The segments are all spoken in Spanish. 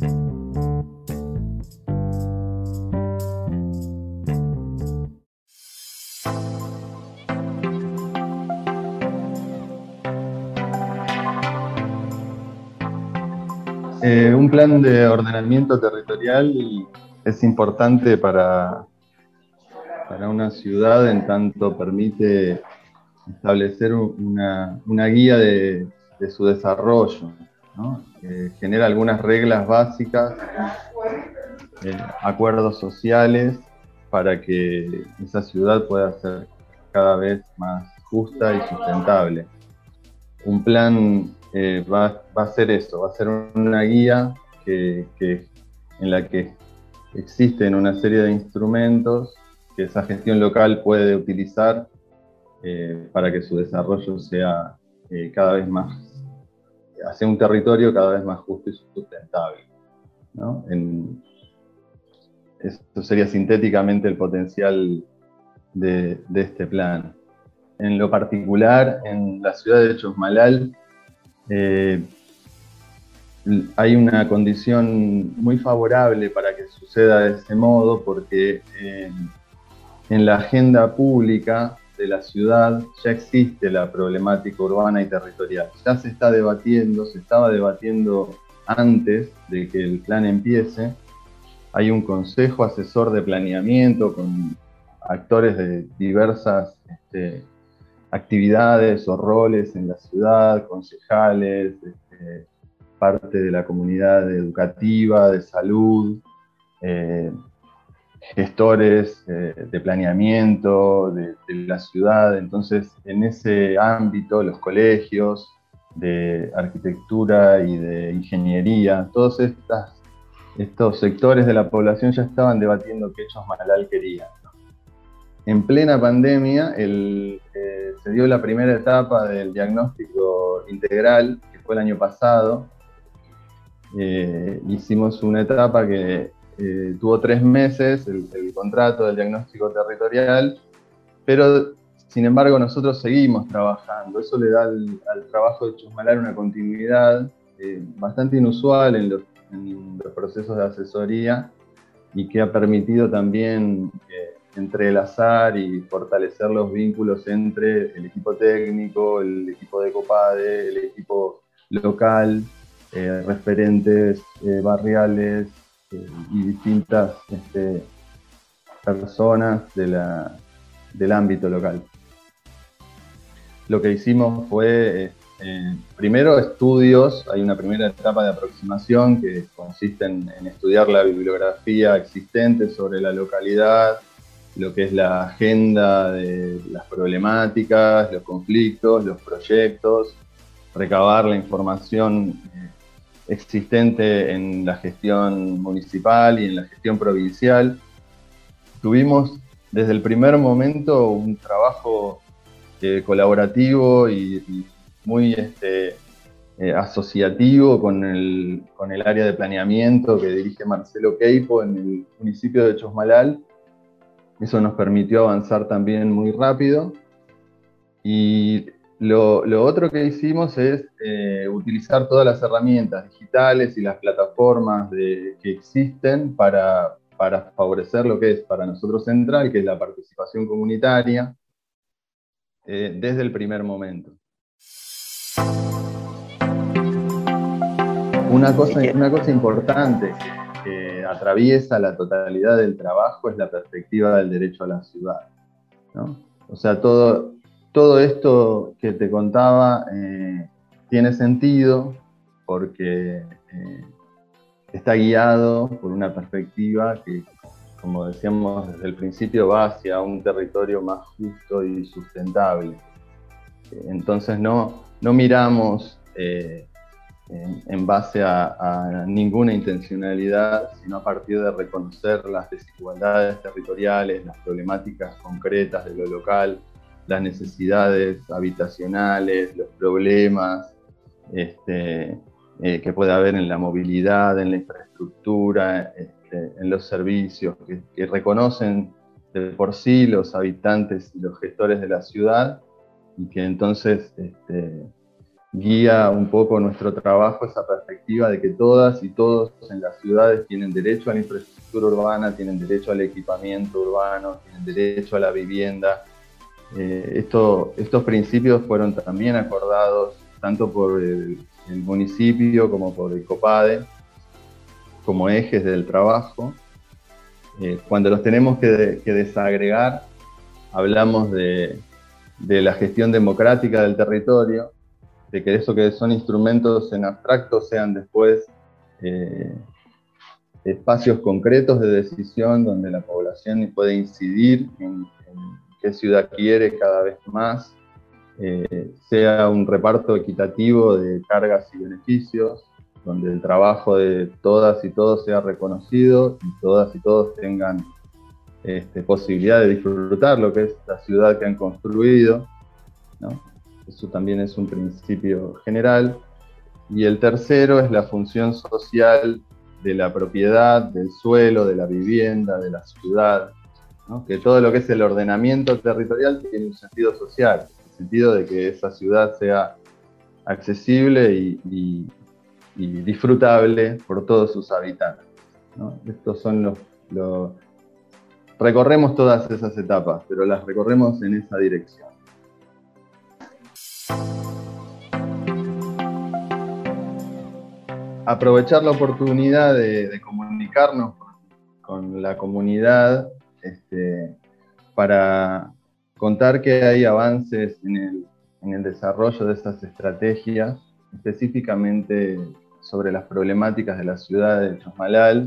Un plan de ordenamiento territorial es importante para una ciudad en tanto permite establecer una guía de su desarrollo, ¿no? Genera algunas reglas básicas, acuerdos sociales para que esa ciudad pueda ser cada vez más justa y sustentable. Un plan va a ser eso, va a ser una guía en la que existen una serie de instrumentos que esa gestión local puede utilizar para que su desarrollo sea cada vez más, hacia un territorio cada vez más justo y sustentable, ¿no? Esto sería sintéticamente el potencial de este plan. En lo particular, en la ciudad de Chosmalal, hay una condición muy favorable para que suceda de ese modo, porque en la agenda pública de la ciudad ya existe la problemática urbana y territorial. Ya se está debatiendo, se estaba debatiendo antes de que el plan empiece. Hay un consejo asesor de planeamiento con actores de diversas actividades o roles en la ciudad, concejales, parte de la comunidad educativa, de salud, gestores de planeamiento de la ciudad. Entonces, en ese ámbito, los colegios de arquitectura y de ingeniería, todos estos sectores de la población ya estaban debatiendo qué Chosmalal quería. En plena pandemia se dio la primera etapa del diagnóstico integral, que fue el año pasado. Hicimos una etapa que tuvo 3 meses, el contrato del diagnóstico territorial, pero sin embargo nosotros seguimos trabajando. Eso le da al trabajo de Chosmalal una continuidad bastante inusual en los procesos de asesoría, y que ha permitido también entrelazar y fortalecer los vínculos entre el equipo técnico, el equipo de COPADE, el equipo local, referentes barriales y distintas personas del ámbito local. Lo que hicimos fue primero estudios. Hay una primera etapa de aproximación que consiste en estudiar la bibliografía existente sobre la localidad, lo que es la agenda de las problemáticas, los conflictos, los proyectos, recabar la información existente en la gestión municipal y en la gestión provincial. Tuvimos desde el primer momento un trabajo colaborativo y muy asociativo con el área de planeamiento que dirige Marcelo Queipo en el municipio de Chosmalal. Eso nos permitió avanzar también muy rápido. Y lo otro que hicimos es utilizar todas las herramientas digitales y las plataformas que existen para favorecer lo que es para nosotros central, que es la participación comunitaria, desde el primer momento. Una cosa importante que atraviesa la totalidad del trabajo es la perspectiva del derecho a la ciudad, ¿no? O sea, todo esto que te contaba tiene sentido porque está guiado por una perspectiva que, como decíamos desde el principio, va hacia un territorio más justo y sustentable. Entonces no miramos en base a ninguna intencionalidad, sino a partir de reconocer las desigualdades territoriales, las problemáticas concretas de lo local, las necesidades habitacionales, los problemas que puede haber en la movilidad, en la infraestructura, en los servicios, que reconocen de por sí los habitantes y los gestores de la ciudad, y que entonces guía un poco nuestro trabajo esa perspectiva de que todas y todos en las ciudades tienen derecho a la infraestructura urbana, tienen derecho al equipamiento urbano, tienen derecho a la vivienda. Estos principios fueron también acordados tanto por el municipio como por el COPADE como ejes del trabajo. Cuando los tenemos que desagregar, hablamos de la gestión democrática del territorio, de que eso que son instrumentos en abstracto sean después espacios concretos de decisión donde la población puede incidir en qué ciudad quiere cada vez más, sea un reparto equitativo de cargas y beneficios, donde el trabajo de todas y todos sea reconocido y todas y todos tengan posibilidad de disfrutar lo que es la ciudad que han construido, ¿no? Eso también es un principio general. Y el tercero es la función social de la propiedad, del suelo, de la vivienda, de la ciudad, ¿no? Que todo lo que es el ordenamiento territorial tiene un sentido social, el sentido de que esa ciudad sea accesible y disfrutable por todos sus habitantes, ¿no? Estos son los... Recorremos todas esas etapas, pero las recorremos en esa dirección. Aprovechar la oportunidad de comunicarnos con la comunidad para contar que hay avances en el desarrollo de estas estrategias, específicamente sobre las problemáticas de la ciudad de Chosmalal,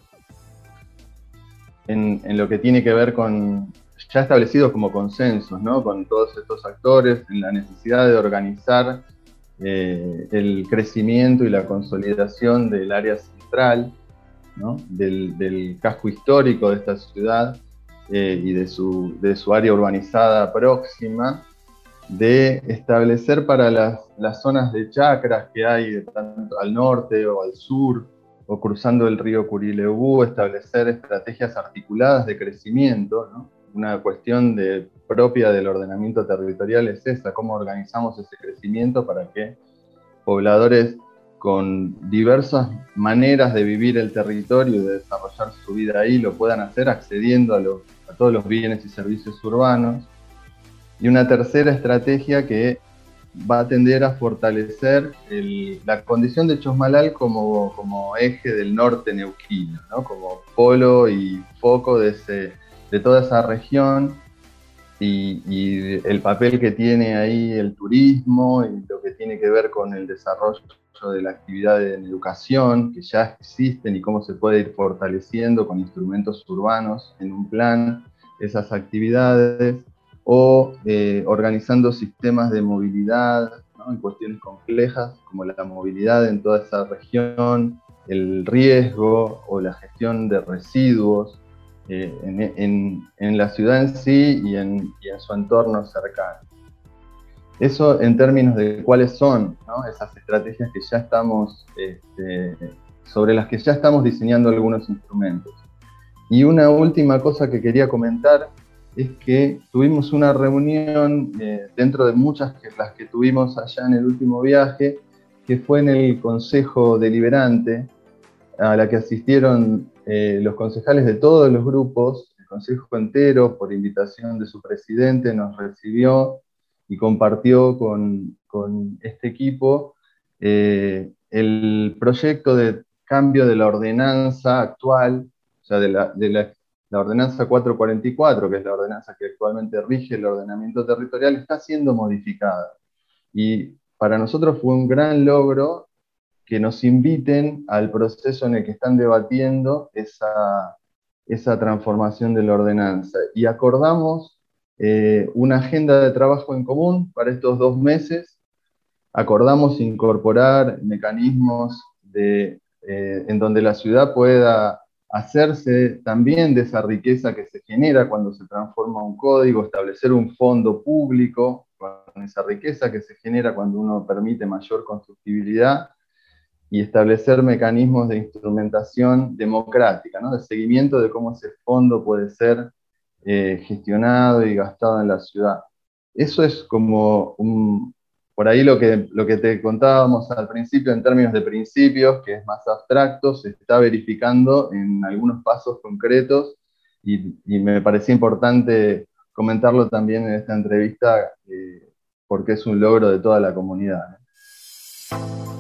en lo que tiene que ver con ya establecidos como consensos, ¿no? Con todos estos actores, en la necesidad de organizar el crecimiento y la consolidación del área central, ¿no? del casco histórico de esta ciudad y de su área urbanizada próxima, de establecer para las zonas de chacras que hay tanto al norte o al sur, o cruzando el río Curilebú, establecer estrategias articuladas de crecimiento, ¿no? Una cuestión propia del ordenamiento territorial es esa, cómo organizamos ese crecimiento para que pobladores con diversas maneras de vivir el territorio y de desarrollar su vida ahí lo puedan hacer accediendo a todos los bienes y servicios urbanos. Y una tercera estrategia que va a tender a fortalecer la condición de Chosmalal como eje del norte neuquino, ¿no? Como polo y foco de toda esa región y el papel que tiene ahí el turismo y lo que tiene que ver con el desarrollo de la actividad en educación, que ya existen y cómo se puede ir fortaleciendo con instrumentos urbanos en un plan esas actividades, o organizando sistemas de movilidad, ¿no? En cuestiones complejas como la movilidad en toda esa región, el riesgo o la gestión de residuos, en la ciudad en sí y en su entorno cercano. Eso en términos de cuáles son, ¿no? Esas estrategias que ya estamos, sobre las que ya estamos diseñando algunos instrumentos. Y una última cosa que quería comentar es que tuvimos una reunión dentro de muchas que las que tuvimos allá en el último viaje, que fue en el Consejo Deliberante, a la que asistieron los concejales de todos los grupos. El consejo entero, por invitación de su presidente, nos recibió y compartió con este equipo el proyecto de cambio de la ordenanza actual, o sea, la ordenanza 444, que es la ordenanza que actualmente rige el ordenamiento territorial, está siendo modificada. Y para nosotros fue un gran logro que nos inviten al proceso en el que están debatiendo esa transformación de la ordenanza. Y acordamos una agenda de trabajo en común para estos 2 meses. Acordamos incorporar mecanismos en donde la ciudad pueda hacerse también de esa riqueza que se genera cuando se transforma un código, establecer un fondo público con esa riqueza que se genera cuando uno permite mayor constructibilidad, y establecer mecanismos de instrumentación democrática, ¿no? De seguimiento de cómo ese fondo puede ser gestionado y gastado en la ciudad. Eso es como por ahí lo que te contábamos al principio en términos de principios, que es más abstracto, se está verificando en algunos pasos concretos y me parecía importante comentarlo también en esta entrevista porque es un logro de toda la comunidad.